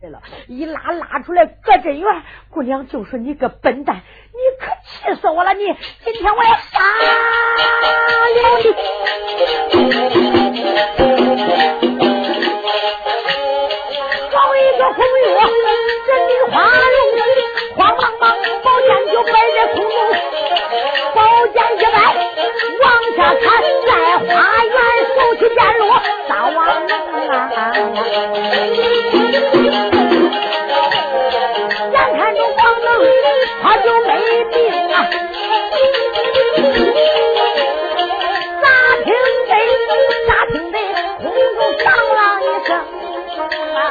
了，一拉出来搁这院，姑娘就说你个笨蛋，你可气死我了！你今天我要杀了你！好一个红月，人的花容，慌忙忙，宝剑就摆在空中，宝剑一摆，往下看，在花园手起剑落，大王能啊！眼看着王能，他就没命啊！咋听得空中当啷一声啊！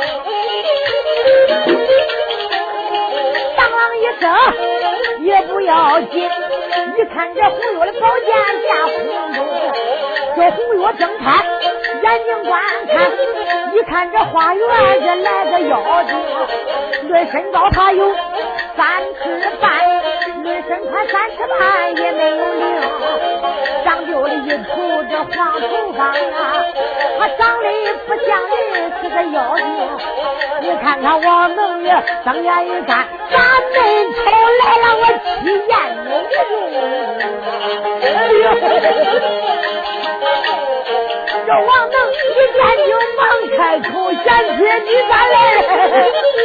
当啷一声也不要紧，一看这红月的宝剑架空中，这红月睁开眼睛观看，一看这花园这来个妖精，论身高他有3尺半，论身宽3尺半也没有灵，长就了一头这黄头发啊，他长得不像人，是个妖精。你看看王能也睁眼一看，咱们瞅来了，我气焰你！哎呦！这王能一见就忙开口，贤妻你咋来？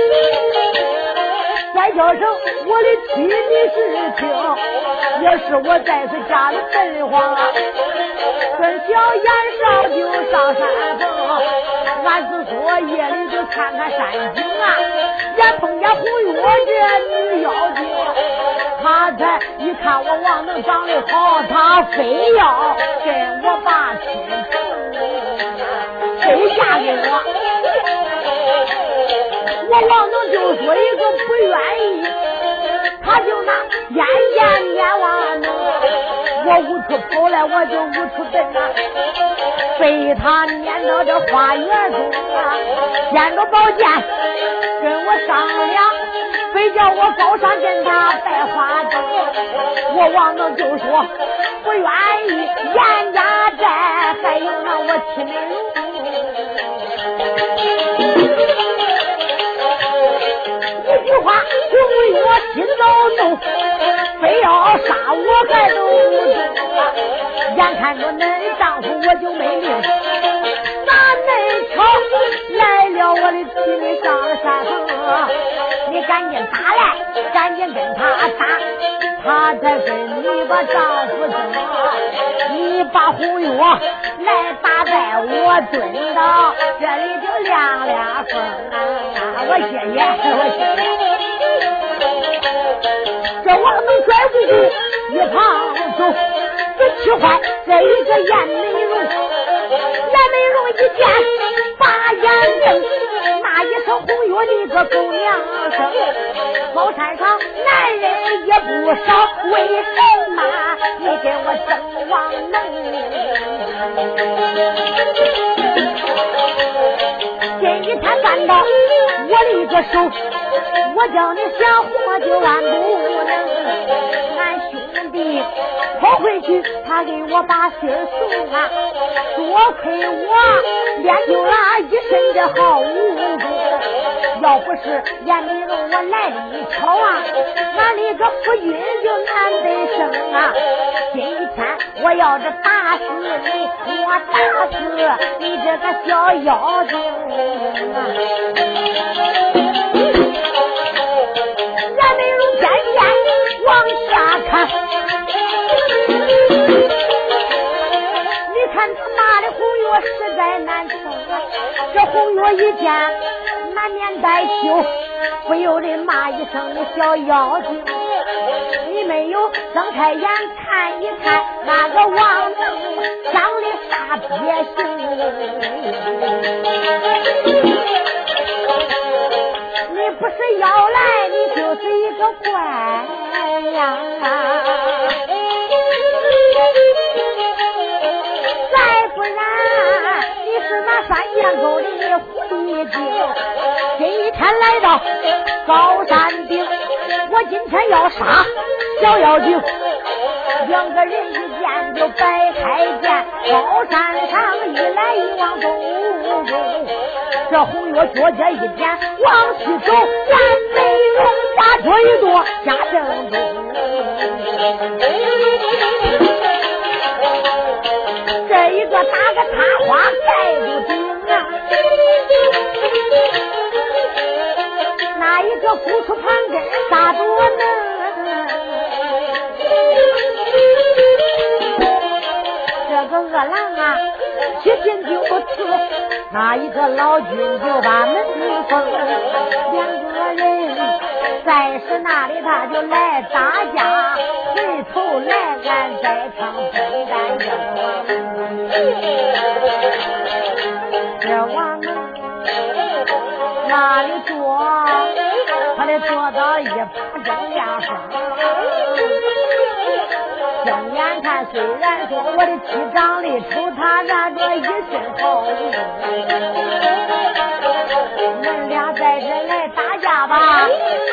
再叫声我的妻你是听，也是我在此家的门皇啊，跟小燕少就上山峰，俺是说夜里就看看山景啊，也碰见红月这女妖精，他才一看我王能长得好，他非要跟我把亲成，非嫁给我。我王能就说一个不愿意，他就拿眼王能，我无处跑来我就无处奔啊，被他撵到这花园中啊，捡着宝剑跟我商量，非叫我高山跟他拜花灯，我王能就说不愿意，严家寨还有那我齐美容。一句话红月心都怒，非要杀我还都不中，眼看着恁丈夫我就没命，咱们瞧来了我的妻妹上了山峰，你赶紧打来，赶紧跟他打，他才跟你把丈夫争，你把红月来打在我蹲到这里就亮亮风啊！我谢谢，我谢谢。这王能拽不住一旁走，这气坏这一个燕美容，燕美容一见把眼瞪，那一声红月你个狗娘生，高山上男人也不少，为什么你跟我争王能？今天看到我的一个手，我叫你想活就万不能，俺兄弟跑回去他给我把信送啊，多亏我练就了一身的好武功，要不是燕美容我来的一瞧啊，俺那个夫君就难得生啊，今天我要是打死你，我打死你这个小妖精啊！燕美容渐渐往下看，你看他妈的红月实在难成啊！这红月一见满面带羞，不由得骂一声你小妖精，你没有睁开眼看一看那个王能长得啥憋性，你不是妖来你就是一个怪呀，再不然你是那三涧沟里的狐狸精。今天来到高山顶，我今天要杀小妖精，两个人一见就摆开剑，高山上一来一往走，这这红月脚尖一点往西走，俺美容花车一朵下正东。这一个打个插花盖不顶啊，那一个鼓出盘根撒多呢，这个恶狼啊七进九出，那一个老君就把门封，两个人在是那里他就来打架，回头来俺再唱分担争。这王能那里坐，他得坐到一旁正亮风。睁眼看，虽然说我的妻长里瞅他那个一身好衣，恁俩在这来打架吧。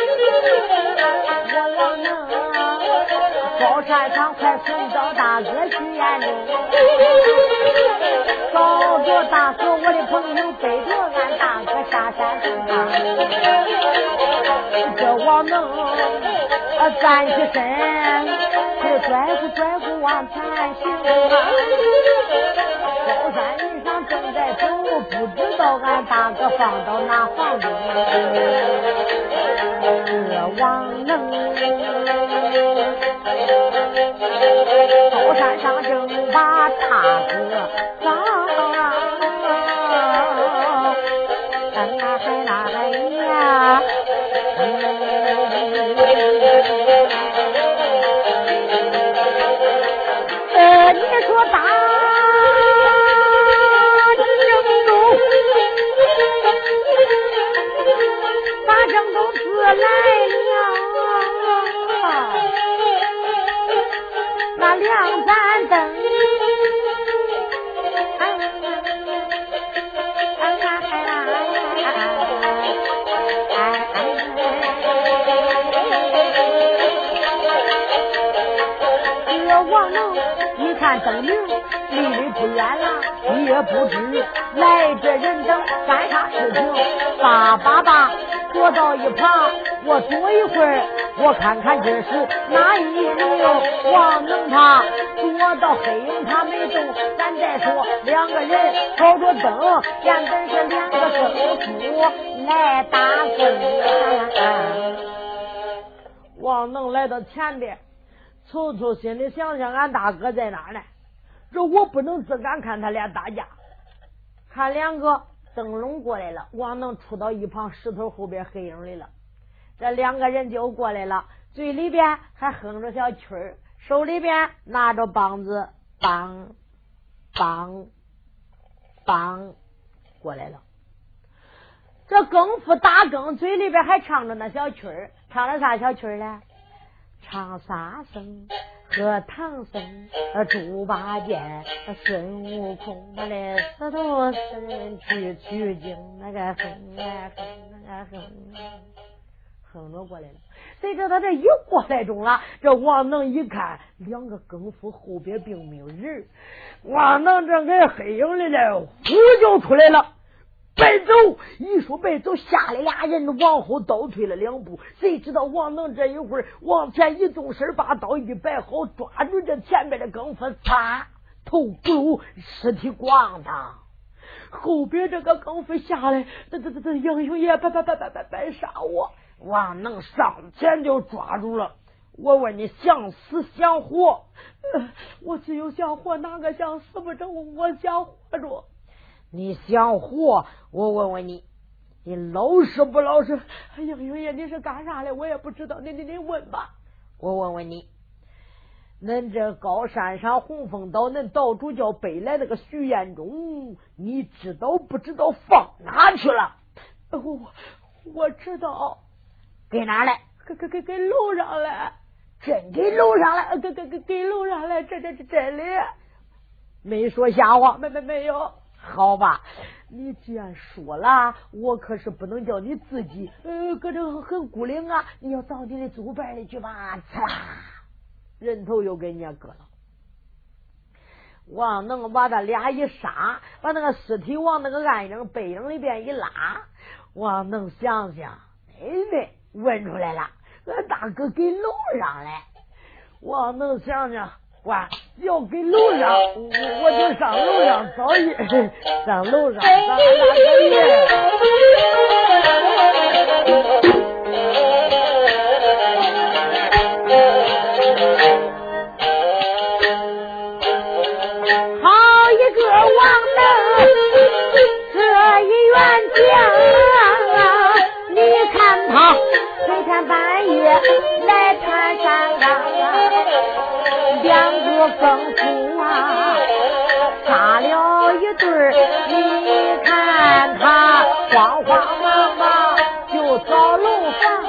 我王能高山上快送到大哥许眼中，找着大哥我的朋友背着俺大哥下山啊。这王能站起身，这拽乎往前行啊。高山云上正在走，不知道俺大哥放到哪房中。这王能高山上正把大哥找，哎呀，你说大正东自来了，那两盏灯，王能一看灯明，离不远了，也不知来这人等干啥事情，爸坐到一旁，我坐一会儿，我看看这是哪一流。王能他坐到黑影他没动，咱再说两个人朝着灯，原本是两个更夫来打更。王能来到前边，凑凑心里想想，俺大哥在哪呢？这我不能自敢看他俩打架。看两个灯笼过来了，王能出到一旁石头后边黑影里了。这两个人就过来了，嘴里边还哼着小曲儿，手里边拿着梆子，梆梆梆过来了。这更夫打更，嘴里边还唱着那小曲儿，唱了啥小曲儿呢？唱沙僧和唐僧猪八戒孙悟空的石头神去取经，那个哼着过来了。谁知道他这一过来中了，这王能一看两个更夫后边并没有人，王能正给黑影里来呼就出来了，白走！一说白走，下来俩人往后倒退了两步。谁知道王能这一会儿往前一动身，把刀一摆好，抓住这前边的更夫，擦头骨尸体咣当。后边这个更夫下来，英雄爷别杀我！王能上前就抓住了。我问你，想死想活？我只有想活，哪个想死不成？我想活着。你想活？我问问你，你老实不老实？英雄爷，你是干啥的？我也不知道。你问吧。我问问你，恁这高山上洪峰岛，恁岛主叫北来那个徐彦忠，你知道不知道放哪去了？我知道。给哪来？给楼上来。真给楼上来？给楼上来。这真的没说瞎话。没有。好吧，你既然说了，我可是不能叫你自己搁这很孤零啊！你要到你的祖辈里去吧！嚓，人头又给人家割了。 王能把他俩一杀，把那个尸体往那个暗影背影里边一拉。王能想想，问出来了，俺大哥给楼上来。王能想想，哇，要给楼上，我就上楼上找一上楼上找俺大哥爷。好一个王能，这一员将，你看他黑天半夜来探山岗，两个更夫啊，杀了一对，你看他慌慌忙忙就找楼房。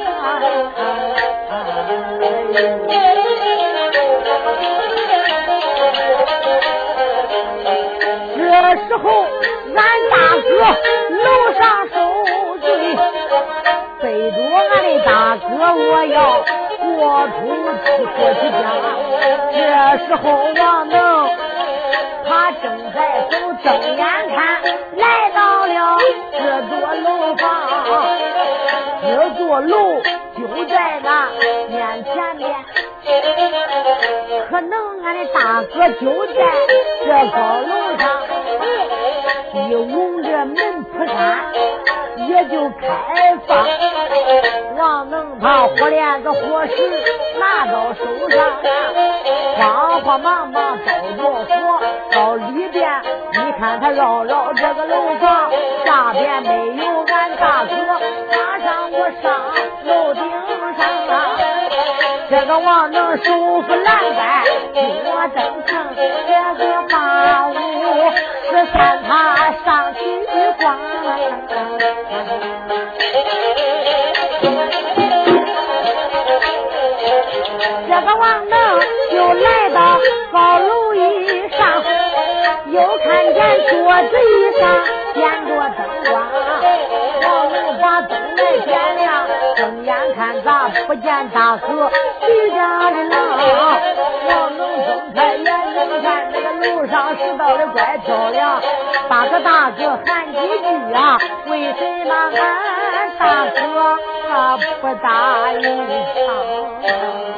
这时候俺大哥楼上受罪，背着俺的大哥我要过去家。这时候王能他正在走，睁眼看来到了这座楼房，这座楼就在那面前面，可能俺的大哥就在这高楼上，一拱着门扑扇也就开放。王能他火链子火石拿到手上，慌慌忙忙包着火到里边，你看他绕这个楼房，下边没有俺大哥，马上我上楼顶上啊。这个王能手扶栏杆，我登城，这个八五13他上去逛。这个王能就来到高楼以上，又看见桌子以上点着灯光，王能把灯来点亮，睁眼看咋不见大哥徐家的郎。王能睁开眼睛看这个楼上拾到的怪漂亮，大哥喊几句啊，为什么俺大哥他不答应唱？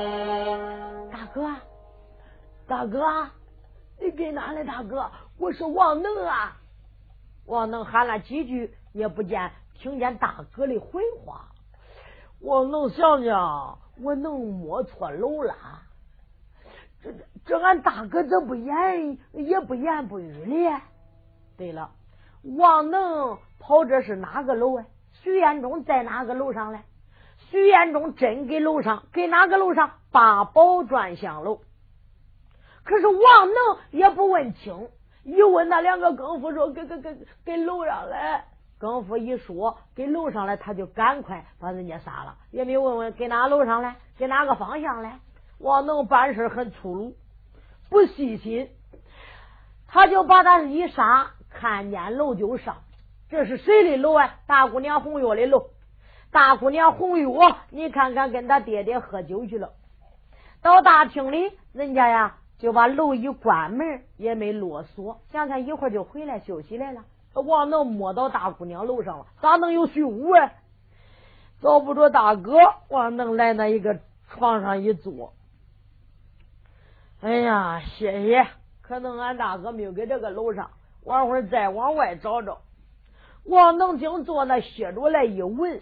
大哥，你给哪来？大哥，我是王能啊。王能喊了几句，也不见听见大哥的回话。王能想想，我能摸错楼了。这俺大哥怎不也不言不语的？对了，王能跑这是哪个楼啊？徐彦中在哪个楼上来？徐彦中真给楼上，给哪个楼上？八宝转香楼。可是王能也不问清，一问那两个更夫说给楼上来。更夫一说给楼上来，他就赶快把人家杀了，也没问问给哪楼上来，给哪个方向来。王能办事很粗鲁，不细心，他就把他一杀，看见楼就上。这是谁的楼啊？大姑娘红月的楼。大姑娘红月，你看看跟他爹爹喝酒去了，到大厅里人家呀就把楼一关门，也没啰嗦，想想一会儿就回来休息来了。王能摸到大姑娘楼上了，咋能有虚无啊？找不着大哥，王能来那一个床上一坐，哎呀，谢谢，可能俺大哥没有给这个楼上，晚会儿再往外找找。王能经坐那歇着来一闻，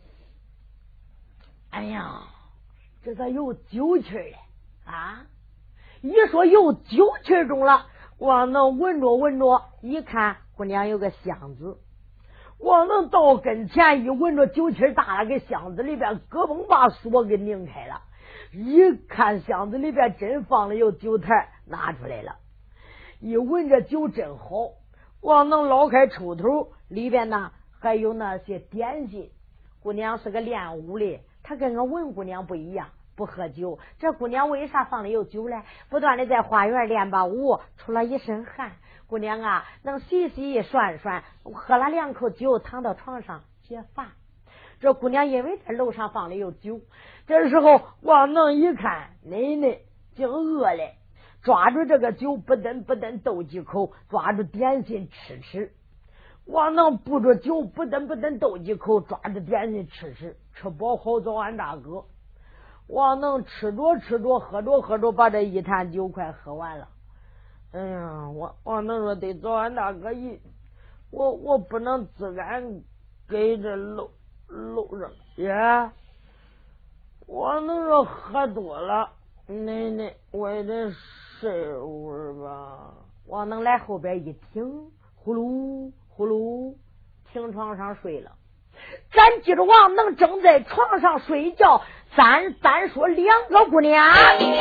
哎呀，这咋有酒气嘞啊！一说有酒气中了，王能闻着一看姑娘有个箱子，王能到跟前一闻着酒气大了，给箱子里边咯嘣把锁给拧开了，一看箱子里边真放了有酒台，拿出来了，一闻这酒真好。王能捞开抽头，里边呢还有那些点心。姑娘是个练武的，她跟个文姑娘不一样，不喝酒。这姑娘为啥放了有酒嘞？不断的在花园练把舞，出了一身汗。姑娘啊，能洗洗涮涮，喝了2口酒，躺到床上解乏。这姑娘因为在楼上放了有酒，这时候王能一看，奶奶竟饿了， 抓住这个酒不等斗几口，抓住点心吃。我能不着酒不等斗几口，抓着点心吃饱好早安大哥。我能吃着喝着把这一坛酒快喝完了。哎呀，我能说对早安大哥我不能自敢给这搂上呀。我能说喝多了，奶我也得睡会儿吧。我能来后边一停，呼噜呼噜，停床上睡了。咱记着王能正在床上睡觉，咱说两个姑娘，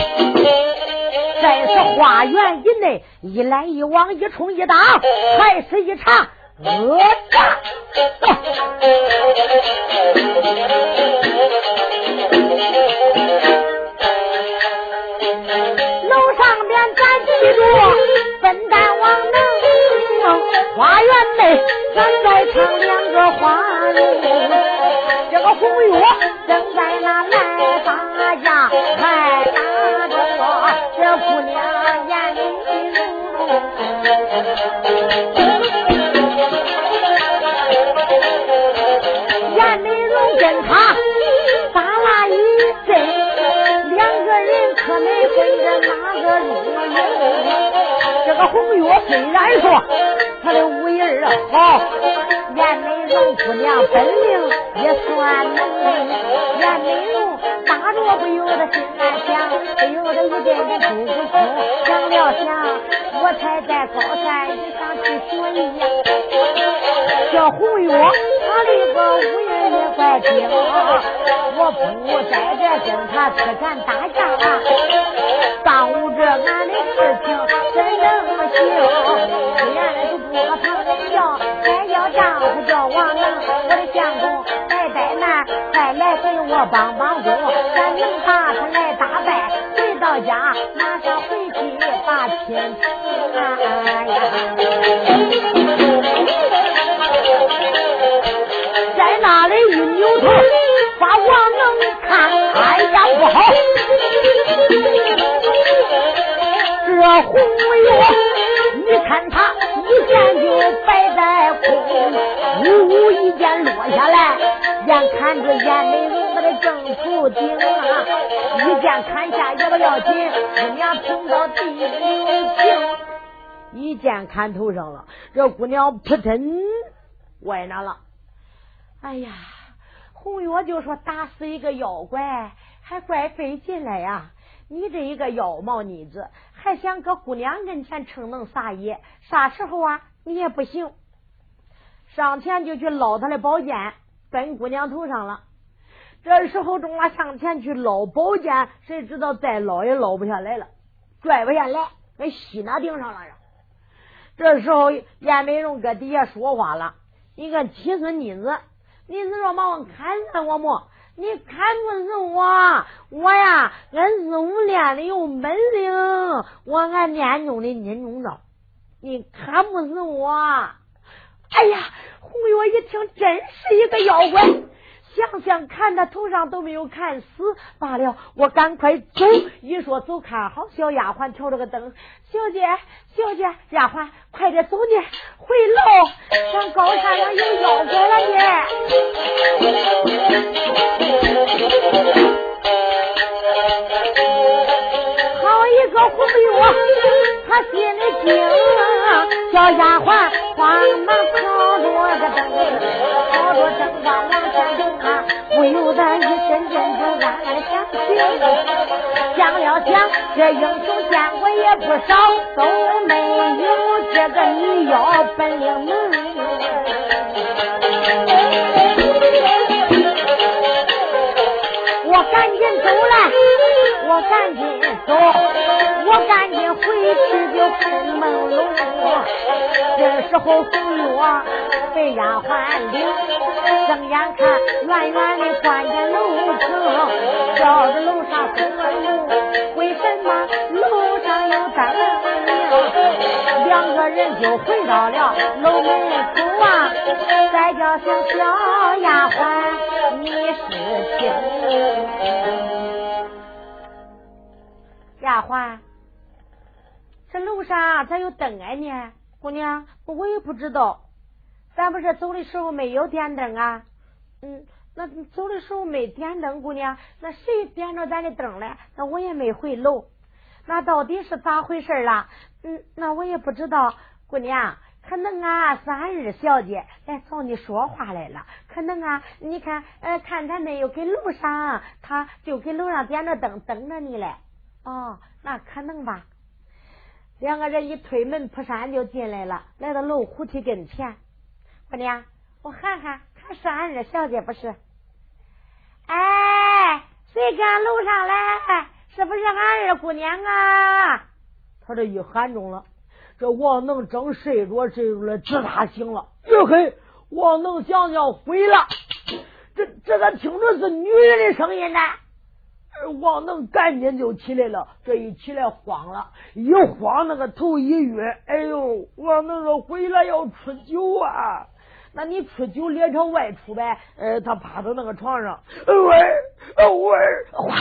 在是花园以内一来一往，一冲一打，还是一场战。楼上边咱记住笨蛋王能，花园内咱在唱两个花容，这个红月正在那来打架，还打着我这姑娘眼里眼里容跟他打了一阵，两个人可没跟着哪个入营。这个红月虽然说他的武艺好，燕美容姑娘本领也算能，燕美容打着不由得心暗想，不由得一阵的肚子痛，想了想，我才在高山以上去学艺呀。这红月他的个武艺也怪精，我不在这跟他吃战打架了，耽误着俺的事情真能行。虽然是不和旁人要，还要丈夫叫王能，我的相公带难，快来给我帮工，咱能把他来打败，回到家马上回去把亲在那里一扭头把王能看，哎呀不好，这红月你看他一剑就摆在空，呜一剑落下来，眼看着燕美容把的正头顶啊，一剑砍下也不要紧，姑娘碰到地流平，一剑砍头上了，这姑娘扑腾歪那了。哎呀，红月就说打死一个妖怪还怪费劲了呀，你这一个妖毛妮子还想搁姑娘跟前逞能撒野，啥时候啊你也不行。上前就去捞他的宝剑奔姑娘头上了，这时候中了上前去捞宝剑，谁知道再捞也捞不下来了，拽不下来，跟吸那顶上了。这时候燕美容搁底下说话了，你个七孙妮子，你是说把我看上我么？你看不上我呀，俺师傅练的有本领，我还练中的您中招，你看不上我。哎呀，红月一听真是一个妖怪，想想看他头上都没有看死罢了，我赶快走。一说走，看好小丫鬟调着个灯，小姐丫鬟快点走呢，回楼上高山上有妖怪了呢。好一个红月他心里惊，小丫鬟慌忙靠着个灯，靠着灯光往前走啊，不由得一阵阵就暗暗想起，想了想这英雄见过也不少，都没有这个女妖本领能。我赶紧走了，我赶紧走，我赶紧回去就空门楼。这时候红月被丫鬟领，睁眼看远远的关见楼层，照着楼上空门楼，为什么楼上有灯明？两个人就回到了楼门口啊，再叫声小丫鬟你是听。丫鬟这楼上咋有灯啊呢？姑娘，我也不知道，咱不是走的时候没有点灯啊？那走的时候没点灯，姑娘，那谁点着咱的灯了？那我也没回楼，那到底是咋回事啦？那我也不知道，姑娘。可能啊，是俺二小姐来找你说话来了。可能啊，你看，看咱没有给楼上，他就给楼上点着灯等着你嘞。哦，那可能吧。两个人一推门扑扇就进来了，来到楼虎梯跟前。姑娘，我喊看是俺二小姐不是？哎，谁跟俺楼上来？是不是俺二姑娘啊？ 他这一喊中了。这王能正睡着了，知他醒了。哟嘿，王能想想回了，这他听着是女人的声音呢。王能赶紧就起来了，这一起来慌了，一慌那个头一晕，哎呦，王能说回来要出酒啊。那你出酒连朝外出呗。他趴到那个床上，哗，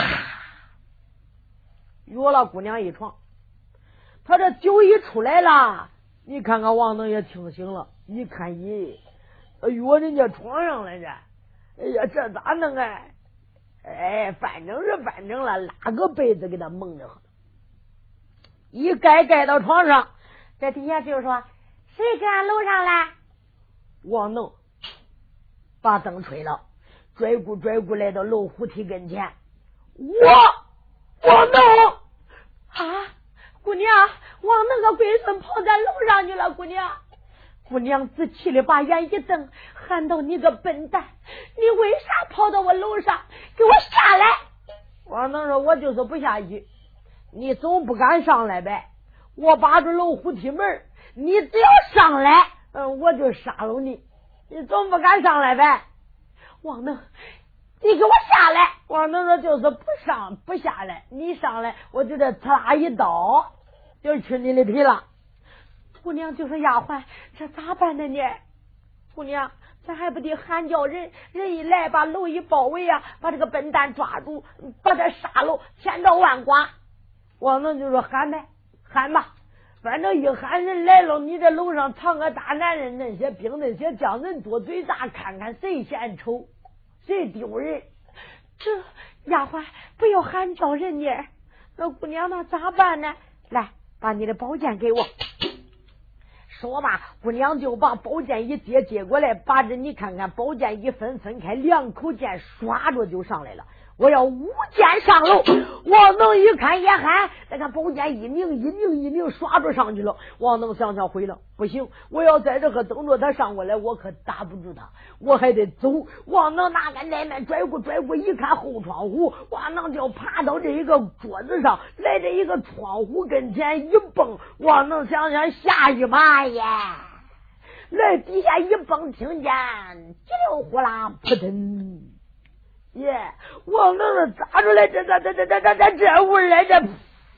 约了姑娘一床。他这酒一出来了，你看看王能也清醒了，一看咦，约人家床上来着。哎呀，这咋弄啊？反正是反正了，拉个被子给他蒙着，一盖到床上。 这底下就说谁跟俺楼上来？ 王能把灯吹了，拽咕来到楼虎梯跟前。王能啊！姑娘，往那个龟孙跑咱楼上去了。姑娘仔气的把眼一瞪，喊道：“你个笨蛋，你为啥跑到我楼上？给我下来！” 王能说：“我就是不下去，你总不敢上来呗。我把住楼虎梯门，你只要上来，我就杀了你。你总不敢上来呗。” 王能，你给我下来！ 王能说：“就是不下来，你上来，我就这刺啦一刀。”就吃你的皮了。 姑娘就说：“丫鬟，这咋办呢？姑娘，咱还不得喊叫人一来把楼一包围啊，把这个笨蛋抓住，把他杀了，千刀万剐。” 王能就说：“喊呗，喊吧，反正一喊人来了，你这楼上藏个大男人，那些兵那些将，人多嘴杂，看看谁显丑，谁丢人。 这丫鬟不要喊叫人呢。那姑娘那咋办呢？来，把你的宝剑给我。” 说吧，姑娘就把宝剑一接过来，把这你看看宝剑一分开，两口剑刷着就上来了。我要舞剑上楼。王能一看也喊，那个宝剑一拧刷着上去了。王能想回了，不行，我要在这个等着他上过来，我可打不住他，我还得走。王能拿个奶面拽过，一看后窗户，王能就爬到这一个桌子上，来这一个窗户跟前一蹦。王能想下去吧呀，来底下一蹦，听见叽溜呼啦扑腾。王能是咋出来？这味儿来着！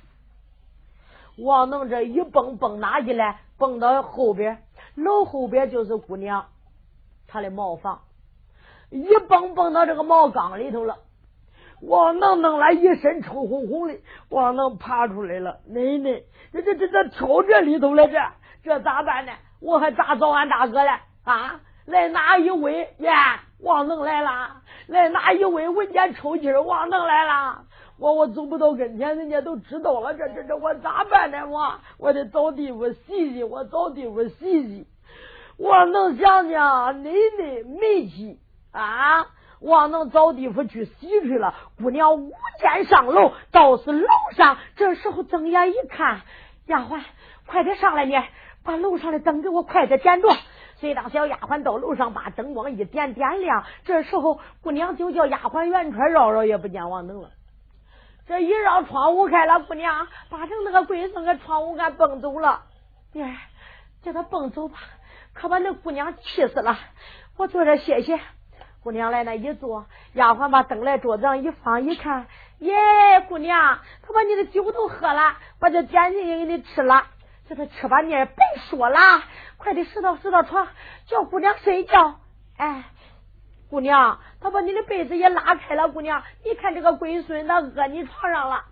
王能这一蹦哪去了？蹦到后边，楼后边就是姑娘她的茅房，一蹦到这个茅缸里头了。王能弄了一身臭烘烘的，王能爬出来了。奶奶，这跳这里头了，这咋办呢？我还咋找俺大哥了啊？来拿一位呀！王能来了，来拿一位闻见臭气儿，王能来了。我走不到跟前，人家都知道了，这我咋办呢？我得找地方洗洗，我找地方洗洗。王能想想奶奶没气啊，王能找地方去洗去了。姑娘舞剑上楼，到是楼上，这时候睁眼一看，丫鬟快点上来呢，把楼上的灯给我快点点着。所以当小丫鬟到楼上把灯光一点亮，这时候姑娘就叫丫鬟圆圈绕也不见王能了。这一绕窗户开了，姑娘把成那个龟孙个窗户给蹦走了。叫他蹦走吧，可把那姑娘气死了。我坐这歇歇。姑娘来那一坐，丫鬟把灯来桌子上一放，一看，姑娘他把你的酒都喝了，把这点心也给你吃了，叫他吃吧，你也别说了，快点拾到床，叫姑娘睡觉。姑娘他把你的被子也拉开了，姑娘你看这个龟孙他饿你床上了，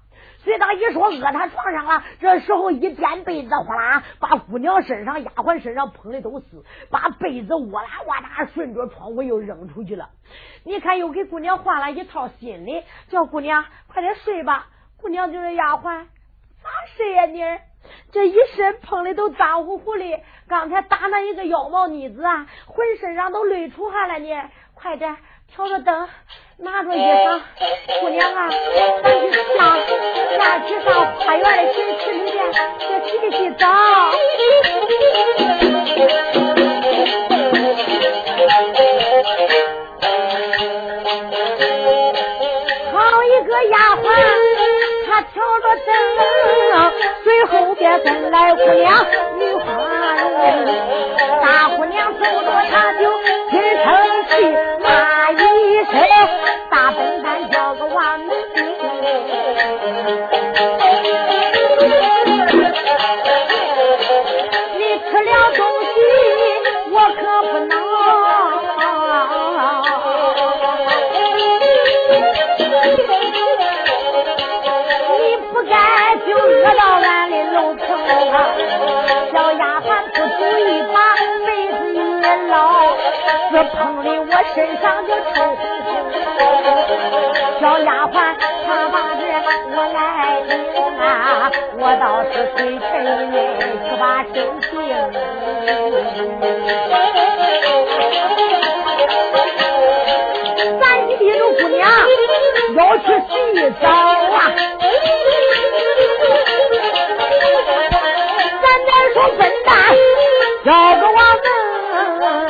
随当一说搁他床上了，这时候一颠被子，哗啦把姑娘身上丫鬟身上碰的都是，把被子哇啦哇啦顺着窗户又扔出去了。你看又给姑娘换了一套新的，叫姑娘快点睡吧。姑娘就是丫鬟，咋睡呀你？这一身碰的都脏乎乎的，刚才打那一个妖毛妮子啊，浑身上都累出汗了你，快点调着灯，拿着衣裳，姑娘啊，咱去上花园的水池里边去洗洗澡。好一个丫鬟，她挑着灯，随后边跟来姑娘女花容，大姑娘走着她就心生气，骂一声大笨蛋叫个王门。你吃了东西我可不能，你不该就饿到俺的楼层啊！小丫鬟不注意把被子一捞，这碰的我身上就臭烘烘。小丫鬟她把这我来领啊，我倒是水池里面去把身净。咱记住姑娘要去洗澡啊，咱再说笨蛋叫个王门，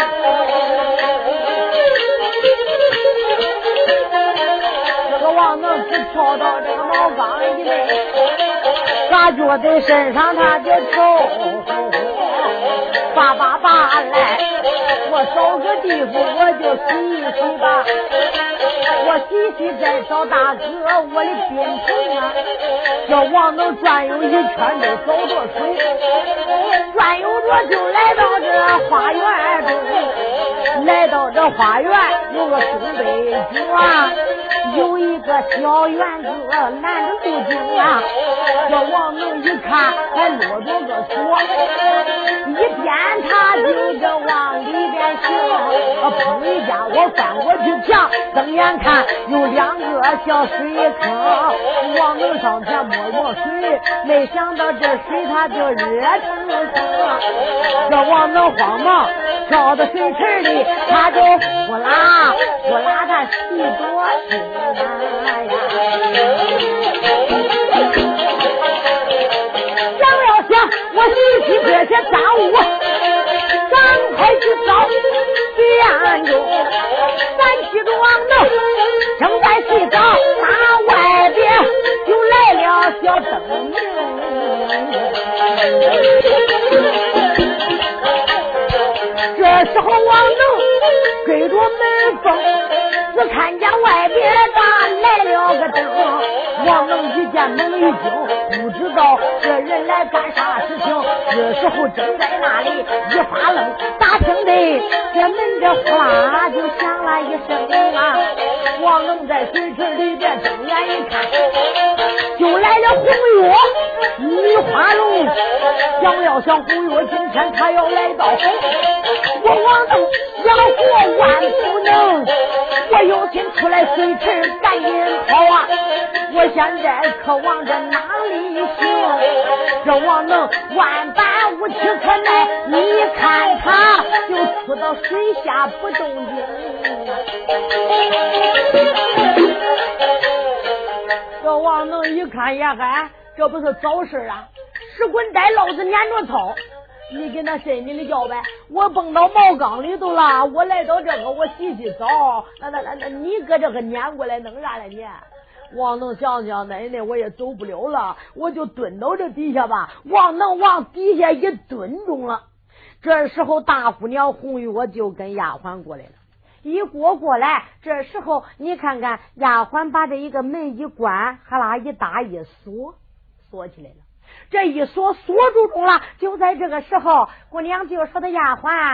这个王门只跳到这个茅缸里面，他觉得身上他就臭，叭来，我找个地方我就洗一洗吧，我洗再找大哥我的宾朋啊。这王能转悠一圈都走着水，转悠着就来到这花园中，来到这花园有个东北角啊，有一个小院子南的路径啊。这王能一看还落着个锁，一边他就这往里边行，碰一下我翻过去墙，瞪眼看有两个小水坑，王能上前摸水，没想到这水它就热腾腾，这王能慌忙跳到水池里，他就呼啦他洗多清呀。我洗洗这些脏物，赶快去找店中。咱记住王能正在洗澡，他外边就来了小灯明。这时候王能追着门缝，只看见外边咋来了个灯。王能一见猛一惊，不知道这人来干啥事情。这时候正在那里一发愣，打听的这门这呼啦就响了一声啊！王能在水池里边睁眼一看，就来了红月女花容。想红月今天他要来到红，我王能要过万不能，我有心出来水池赶紧跑啊！我现在可往这哪里行？这王能万般无计可奈，你看他就出到水下不动静。这王能一看呀，嗨，这不是早事啊！石滚带老子撵着草，你给那谁你的叫呗？我蹦到茅缸里头了，我来到这个我洗洗澡，那你搁这个撵过来弄啥来撵？王能想想那我也走不了了，我就蹲到这底下吧。王能往底下一蹲中了。这时候大姑娘红月就跟丫鬟过来了，一过来，这时候你看看丫鬟把这一个门一关，哈啦一打一锁起来了。这一锁住中了，就在这个时候，姑娘就说的丫鬟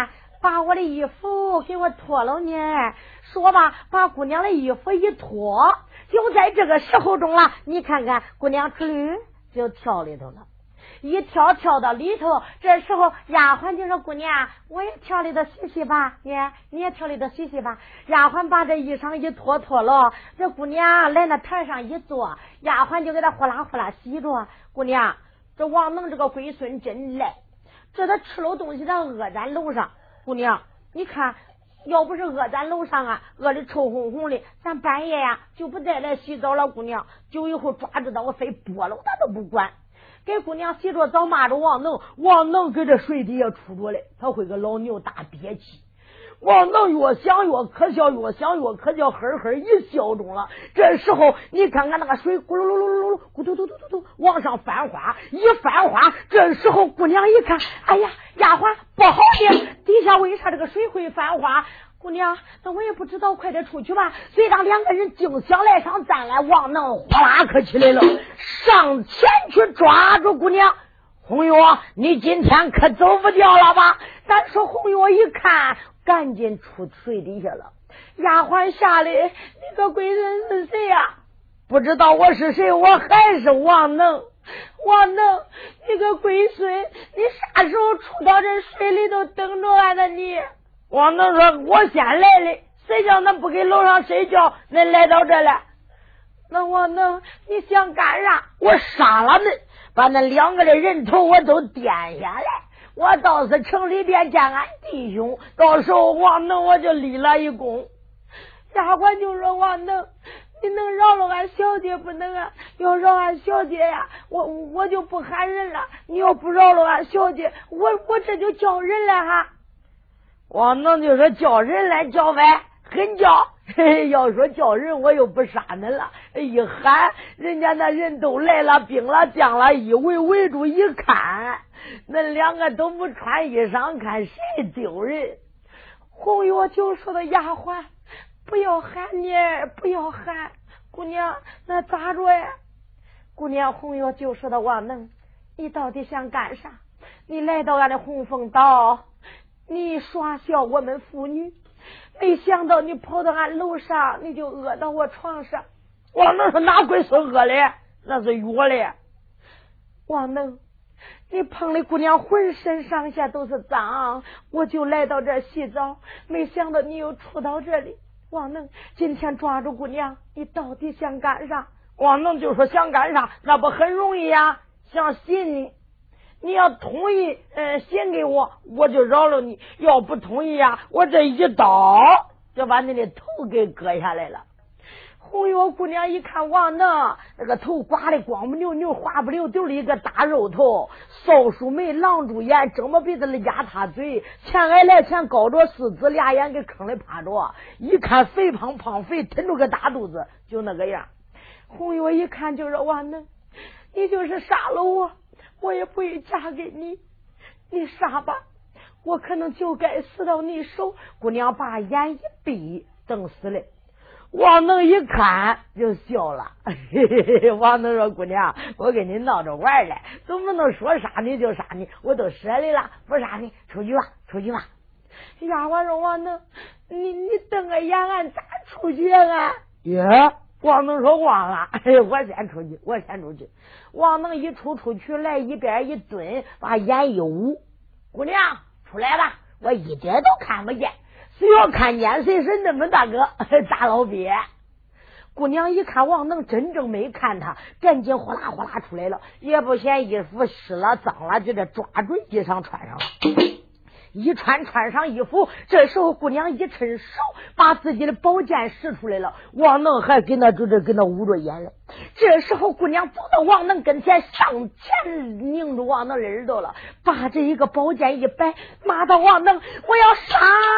把我的衣服给我脱了呢。说吧，把姑娘的衣服一脱，就在这个时候中了。你看看，姑娘出驴就跳里头了，一跳到里头。这时候丫鬟就说：“姑娘，我也跳里头洗洗吧，你也跳里头洗洗吧。”丫鬟把这衣裳一脱了，这姑娘来那台上一坐，丫鬟就给她呼啦呼啦洗着。姑娘，这王能这个龟孙真赖，这他吃了东西他饿咱楼上。姑娘，你看，要不是饿咱楼上啊，饿的臭烘烘的，咱半夜呀就不再来洗澡了。姑娘，就以后抓着他我非剥了他都不管。给姑娘洗着澡，骂着王能给这水底下出着来，他会个老牛大憋气。王能越想越可笑，呵呵一笑中了。这时候你看看那个水咕噜噜噜噜噜咕嘟嘟嘟嘟嘟往上翻花，一翻花。这时候姑娘一看，哎呀，丫鬟不好的，底下为啥这个水会翻花？姑娘，那我也不知道，快点出去吧。所以让两个人竞相来上站来，王能哗啦可起来了，上前去抓住姑娘。红月，你今天可走不掉了吧？咱说红月一看，赶紧出水底下了。丫鬟下来，你个鬼人是谁呀？不知道我是谁，我还是王能。王能，你个龟孙，你啥时候出到这水里头等着俺的你？王能说：“我先来的，谁叫恁不给楼上睡觉，恁来到这来？那王能，你想干啥？我杀了恁，把那两个的人头我都掂下来。我到是城里边见俺弟兄，到时候王能我就立了一功。”丫鬟就说：“王能，你能饶了俺小姐不能啊？要饶俺小姐呀，我就不喊人了。你要不饶了俺小姐，我这就叫人了哈。”王能就说：“叫人来叫外很叫，要说叫人我又不杀恁了。一喊人家那人都来了，兵了将了，一围住一看，恁两个都不穿衣裳，看谁丢人。”红月就说的：“丫鬟不要喊你，不要喊。姑娘，那咋着呀？”姑娘红月就说的：“王能，你到底想干啥？你来到俺的红枫岛，你耍笑我们妇女，没想到你跑到俺楼上，你就饿到我床上。”王能说：“哪鬼是饿的？那是药的。”王能，你碰的姑娘浑身上下都是脏，我就来到这洗澡，没想到你又出到这里。王能，今天抓住姑娘，你到底想干啥？王能就说：“想干啥？那不很容易呀，想洗你。你要同意献给我，我就饶了你；要不同意呀，我这一刀就把你的头给割下来了。”红月姑娘一看王能那个头刮的光不溜溜，滑不溜丢的一个大肉头，扫帚眉，狼住眼，睁么鼻子的压他嘴，前挨来前高着四指，俩眼给坑里趴着，一看肥胖肥，吞着个大肚子，就那个样。红月一看就说：“王能，你就是杀了我也不会嫁给你，你杀吧，我可能就该死到你手。”姑娘把眼一闭，等死了。王能一看就笑了，嘿嘿嘿。王能说：“姑娘，我跟你闹着玩来，总不能说杀你就杀你，我都舍你了，不杀你，出去吧。”丫鬟说：“王能，你瞪个眼，俺咋出去啊？”王能说：“忘了，我先出去。”王能一出去来，一边一蹲，把眼一捂：“姑娘出来吧，我一点都看不见。谁要看见谁是那么大个大老鳖。”姑娘一看王能真正没看他，赶紧呼啦出来了，也不嫌衣服湿了脏了，就这抓准衣裳穿上了。一穿上衣服，这时候姑娘一伸手把自己的宝剑使出来了，王能还给那捂着眼了。这时候姑娘走到王能跟前，上前拧住王能的耳朵了，把这一个宝剑一摆，骂到王能：“我要杀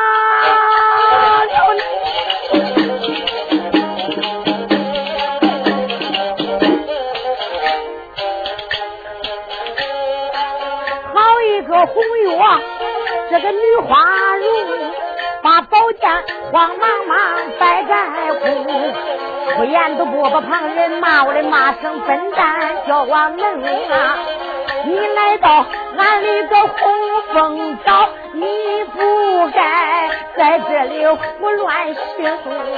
了你！”好一个红月，这个女花容，把宝剑慌忙摆在空，出言都不把旁人骂我的骂声笨蛋，叫王能啊！你来到俺里个红枫桥，你不该在这里胡乱行。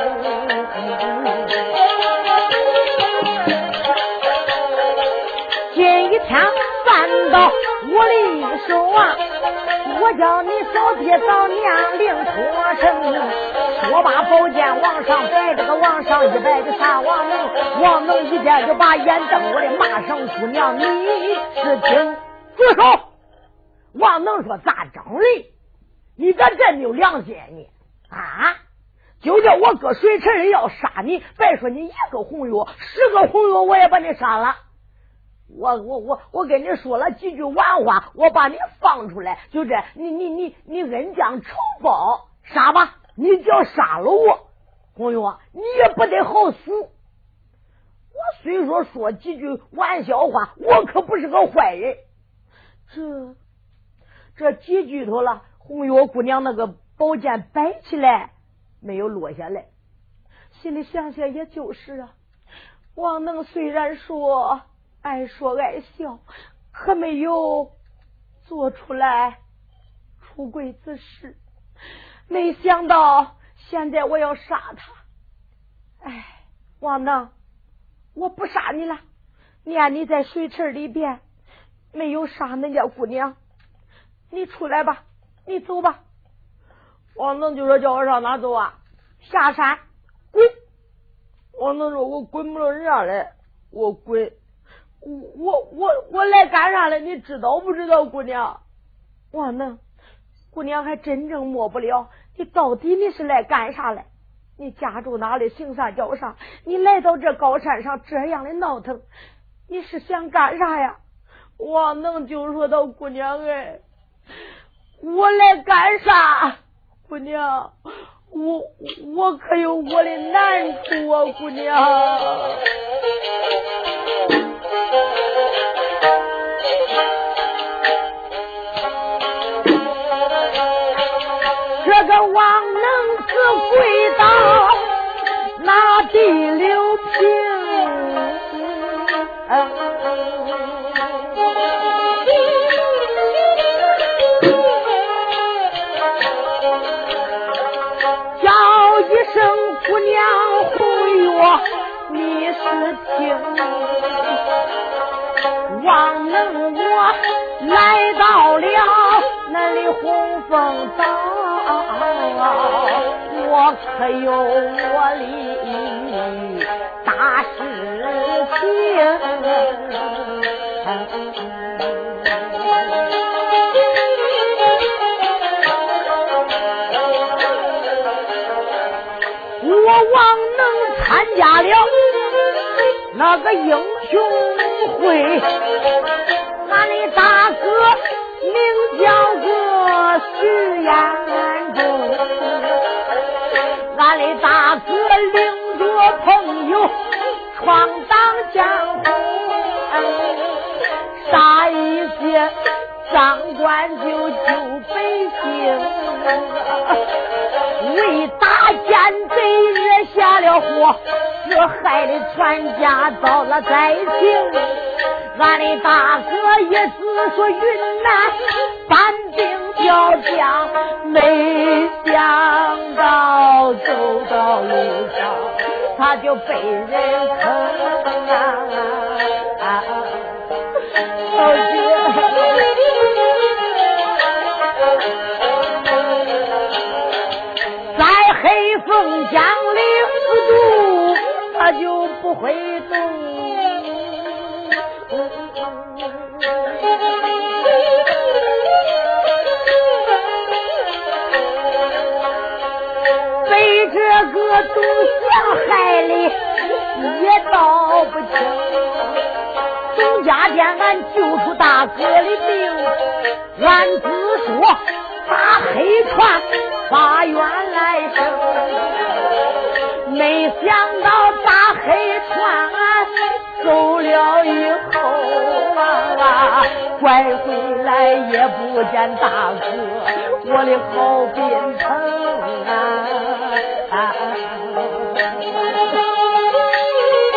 今一天犯到我的手啊，我叫你早爹早娘领脱生。我把宝剑往上摆，这个往上一摆的啥王能？王能一见就把眼瞪我的骂声姑娘，你是听住手！王能说咋整哩？你咋真没有良心呢？啊！就叫我搁水池里要杀你，别说你一个红药，10个红药我也把你杀了。我跟你说了几句玩话，我把你放出来，就这，你恩将仇报，杀吧！你只要杀了我，红药你也不得好死。我虽说几句玩笑话，我可不是个坏人。这几句头了，红药姑娘那个宝剑摆起来没有落下来，心里想想也就是啊，王能虽然说爱笑，可没有做出来出轨之事。没想到现在我要杀他。哎，王能，我不杀你了，念你在水池里边没有杀那家姑娘，你出来吧，你走吧。王能就说叫我上哪走啊？下山滚。王能说我滚不了人家来，我滚。我来干啥来？你知道不知道姑娘？王能，姑娘还真正摸不了你到底你是来干啥来？你家住哪里？行啥脚上？你来到这高山上这样的闹腾，你是想干啥呀？王能就说到姑娘哎，我来干啥？姑娘，我可有我的难处啊，姑娘。这个王能子跪到那第6平，叫一声姑娘红药，你是听。王能我来到了那里红枫岛，我可有我的大事情。我王能参加了那个英雄会，俺的大哥名叫个徐彦中，俺的大哥领着朋友闯荡江湖，杀一些赃官就救百姓，为打奸贼惹下了祸，这害的全家遭了灾情。俺的大哥也是说云南搬兵调将，没想到走到路上他就被人坑啊！在黑风降临度，他就不会动。被这个毒相害里也道不清，总家店俺救出大哥的命，俺只说打黑船发愿来生，没想到打黑船走了以后拐回来也不见大哥我的好边城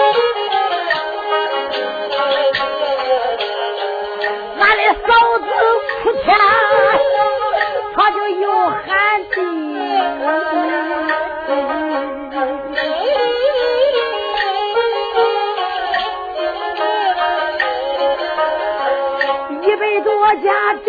俺的嫂子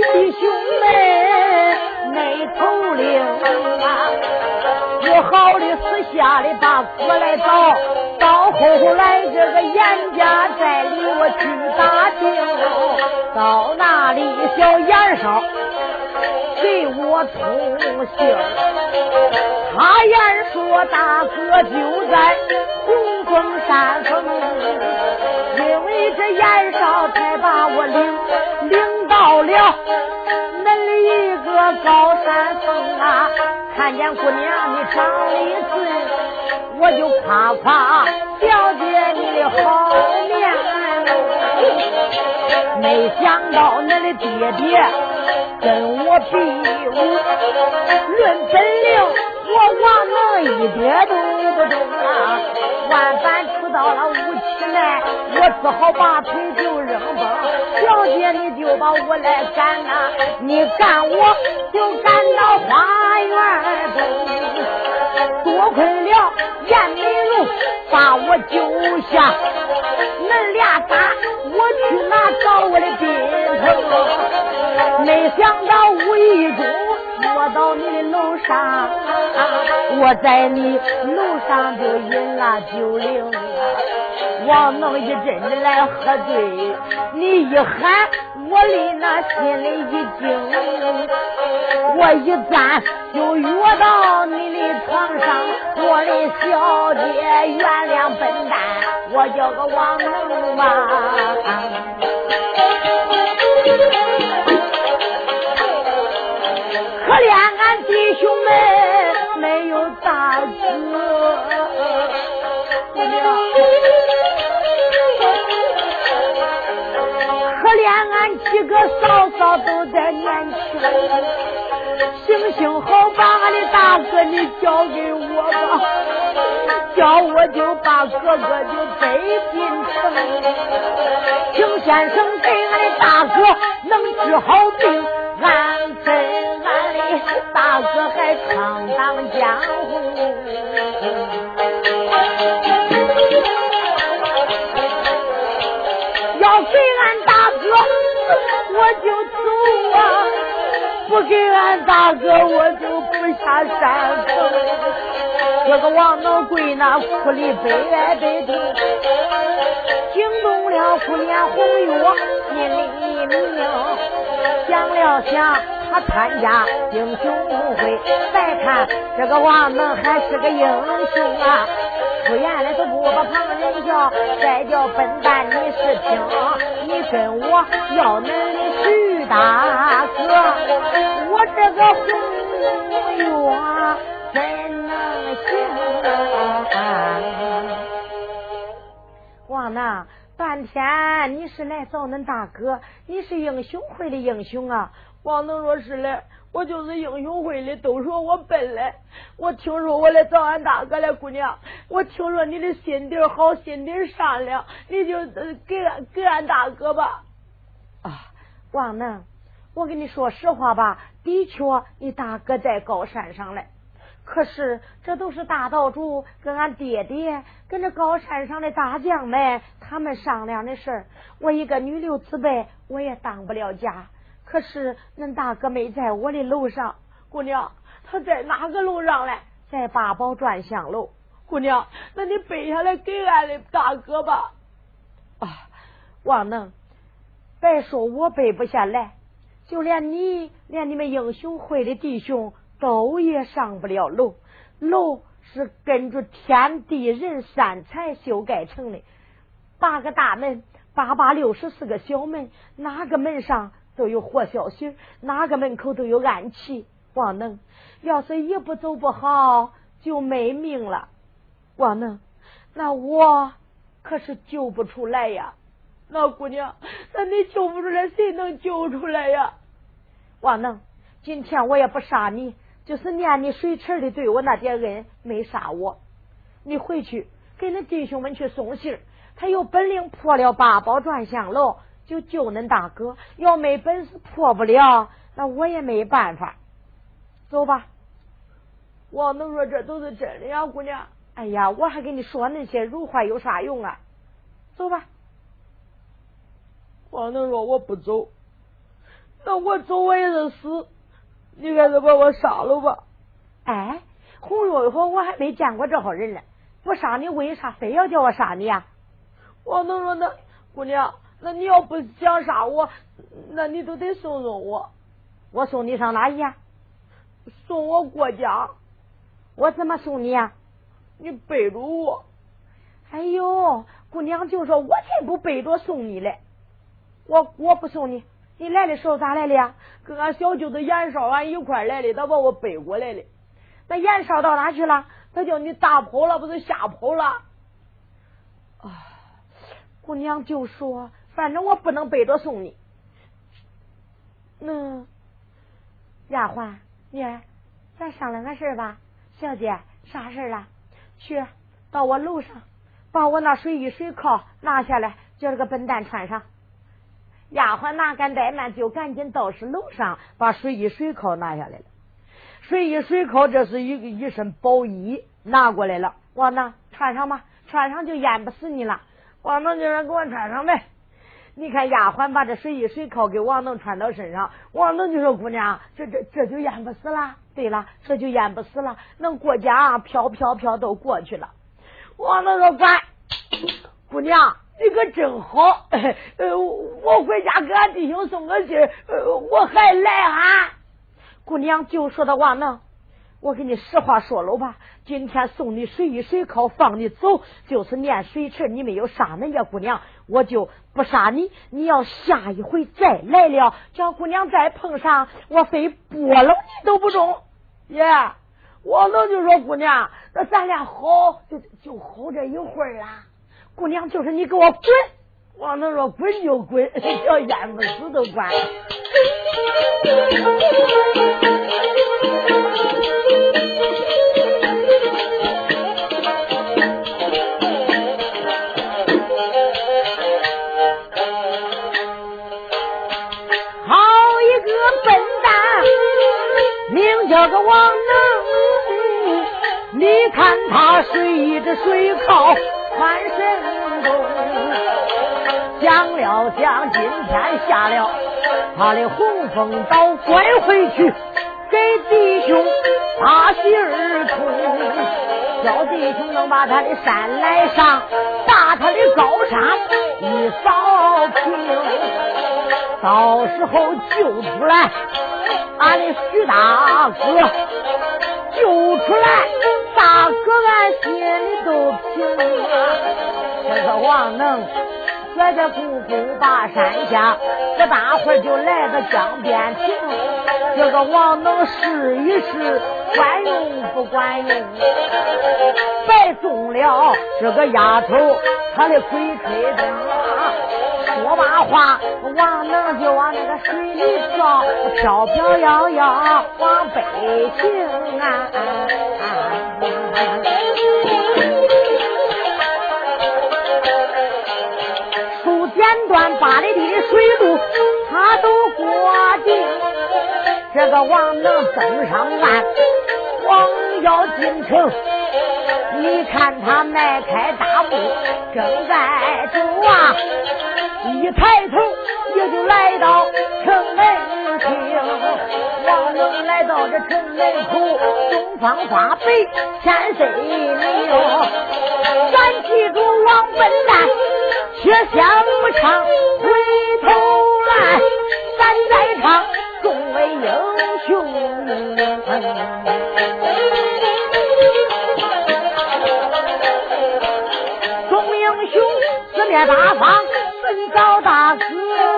弟兄们没头领啊，不好的私下里把哥来找，到后来这个严家寨里我去打听，到那里小严少给我通信，他言说大哥就在红枫山峰，因为这严少才把我领到了那里一个高山峰啊，看见姑娘你长得俊，我就夸夸了解你的好面，没想到你的爹爹跟我比武，论本领我王能一点都不懂啊，万般出到了武器来，我只好把腿就扔崩，小姐你就把我来赶呐，你赶我就赶到花园中，多亏了燕美容把我救下，恁俩打我去哪找我的兵头，没想到无意中摸到你的楼上，我在你楼上就饮了酒灵，王能一阵的来喝醉，你一喊我的那心里一惊，我一钻就跃到你的床上，我的小姐原谅笨蛋，我叫个王能吧，可怜俺弟兄们没有大哥，可怜俺几个嫂嫂都在年轻，行行好把俺的大哥你交给我吧，叫我就把哥哥就背进城，请先生给俺的大哥能治好病，俺跟俺的大哥还闯荡江湖，要给俺大哥我就走啊，不给俺大哥我就不下山峰，这个王能贵那哭里悲哀悲痛，惊动了姑娘红玉心里明，想了想他参加英雄会，再看这个王能还是个英雄啊，出言来都不把旁人叫，再叫笨蛋你是听，你跟我要恁的徐大哥，我这个红玉怎能行？王能半天你是来找恁大哥，你是英雄会的英雄啊？ 王能说是嘞，我就是英雄会的，都说我笨嘞。我听说我来找俺大哥来，姑娘，我听说你的心地好，心地善良，你就给俺大哥吧。 啊，王能，我跟你说实话吧，的确你大哥在高山上嘞，可是这都是大道主跟俺爹爹跟着高山上的大将们他们商量的事儿，我一个女流之辈我也当不了家，可是恁大哥没在我的楼上。 姑娘，他在哪个楼上嘞？ 在八宝转香楼。 姑娘，那你背下来给俺的大哥吧。 啊，王能，别说我背不下来，就连你们英雄会的弟兄都也上不了楼，楼是根据天地人三才修改成的，8个大门，864个小门，哪个门上都有活小星，哪个门口都有暗器。王能，要是一步走不好就没命了。王能，那我可是救不出来呀。 那姑娘，那你救不出来，谁能救出来呀？ 王能，今天我也不杀你，就是念你水池里对我那点恩，没杀我。你回去给恁弟兄们去送信，他有本领破了八宝转香楼就救恁大哥，要没本事破不了，那我也没办法。走吧。 王能说这都是真的呀，姑娘。 哎呀，我还跟你说那些如话有啥用啊？走吧。 王能说我不走， 那我总为人死，你还是把我杀了吧。 哎，红月说我还没见过这号人呢，不杀你为啥非要叫我杀你啊？ 王能说那姑娘，那你要不想杀我，那你都得送送我。 我送你上哪里呀？ 送我过家。 我怎么送你呀？ 你背着我。 哎呦，姑娘就说我才不背着送你嘞，我不送你，你来的时候咋来的呀？ 跟俺小舅子严少俺一块来的，他把我背过来的。 那严少到哪去了？ 他叫你大跑了，不是瞎跑了？ 啊，姑娘就说反正我不能背着送你。那丫鬟，妮儿，咱商量个事吧。小姐，啥事了？去到我楼上把我那水衣水靠拿下来，叫这个笨蛋穿上。丫鬟哪敢怠慢，就赶紧到是楼上把水衣水靠拿下来了。水衣水靠这是一身宝衣拿过来了，王能穿上吧，穿上就淹不死你了。王能就让给我穿上呗。你看丫鬟把这水衣水靠给王能穿到身上，王能就说姑娘，这就淹不死了。对了，这就淹不死了，能过家飘都过去了。王能说管，姑娘你可真好，我回家给俺弟兄送个信，我还来啊。姑娘就说的王能，我跟你实话说了吧，今天送你水衣水靠放你走，就是念水池你没有杀人家姑娘，我就不杀你，你要下一回再来了，叫姑娘再碰上，我非剥了你都不中。 王能就说姑娘， 那咱俩好就好这一会儿啦。姑娘就是你给我滚。 王能说滚就滚，要淹不死都管。 好一个笨蛋，名叫个王能，你看他水衣这水靠穿身中，想了想今天下了他的洪峰岛，拐回去给弟兄把喜儿通，小弟兄能把他的山来上，把他的高山一扫平，到时候救出来俺的徐大哥，救出来大哥俺心里都平啊。这个王能在这姑姑把山下，这大伙就来到江边停，这个王能试一试管用不管用，白中了这个丫头她的鬼吹灯啊。说罢话，王能就往那个水里飘，飘飘摇摇往北行啊。数剪断8里地的水路他都过定，这个王能登上岸，光要进城，你看他迈开大步正在走啊，一抬头也就来到城门厅。王能来到这城门口，东方花北千岁牛，咱记住王笨蛋却想不唱，回头来咱再唱众位英雄。众英雄四面八方奔找大哥，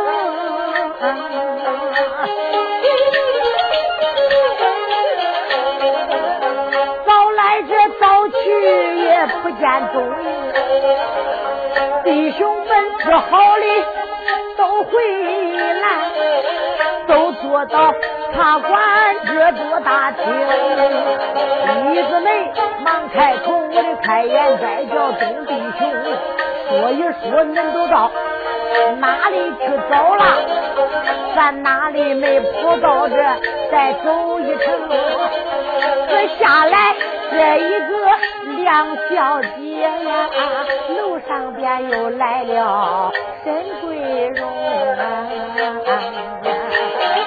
早来这早去也不见踪影，弟兄们吃好的都回来，都坐到茶馆这座大厅，李子梅忙开口，我的开言再叫众弟兄说一说，恁都到哪里去走了，咱哪里没跑到这再走一程，这下来这一个梁小姐呀，楼上边又来了沈桂荣啊。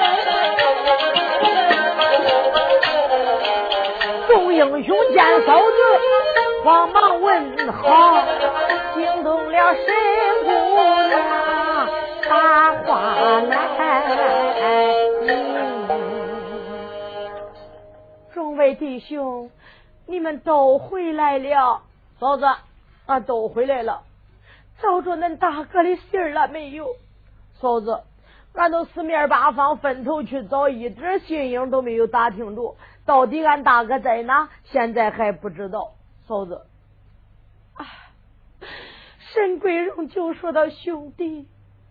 英雄见嫂子，慌忙问好，惊动了沈姑娘，把话来。众位弟兄，你们都回来了。嫂子啊，都回来了。找着恁大哥的信儿了没有？嫂子，俺都四面八方分头去找，一点信影都没有打听着，到底俺大哥在哪，现在还不知道。嫂子啊，沈桂荣就说到兄弟，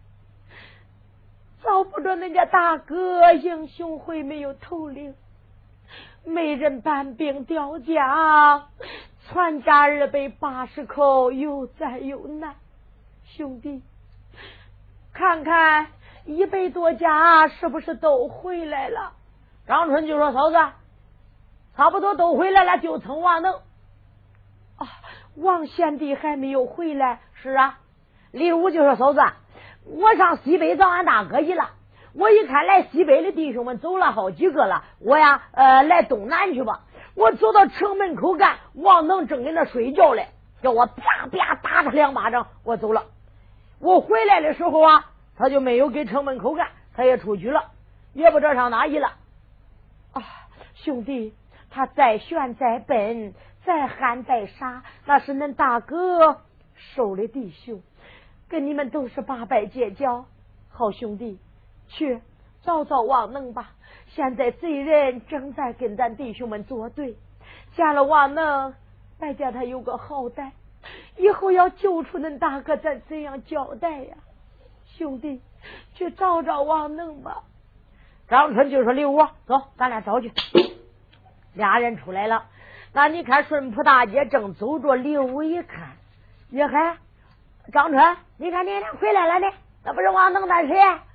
找不着恁家大哥，英雄会没有头领，没人搬兵调将，全家280口，又灾又难。兄弟，看看100多家是不是都回来了？张春就说：“嫂子，差不多都回来了，就称王能。”啊，王贤弟还没有回来。是啊，李武就说：“嫂子，我上西北找俺大哥去了。我一看来西北的弟兄们走了好几个了，我呀来东南去吧。我走到城门口干，王能正在那睡觉嘞，叫我啪啪打他2巴掌，我走了。我回来的时候啊，他就没有给城门口干，他也出去了，也不知道上哪去了。啊，兄弟，他再悬再笨，再憨再傻，那是恁大哥收的弟兄，跟你们都是八拜结交。好兄弟，去找找王能吧。现在贼人正在跟咱弟兄们作对，见了王能，再叫他有个好歹，以后要救出恁大哥，咱怎样交代呀？兄弟，去找找王能吧。张春就说：“刘武，走，咱俩找去。”俩人出来了。那你看顺浦大街正走着，刘武一看，也嗨，张春，你看你俩回来了呢，那不是王能那谁？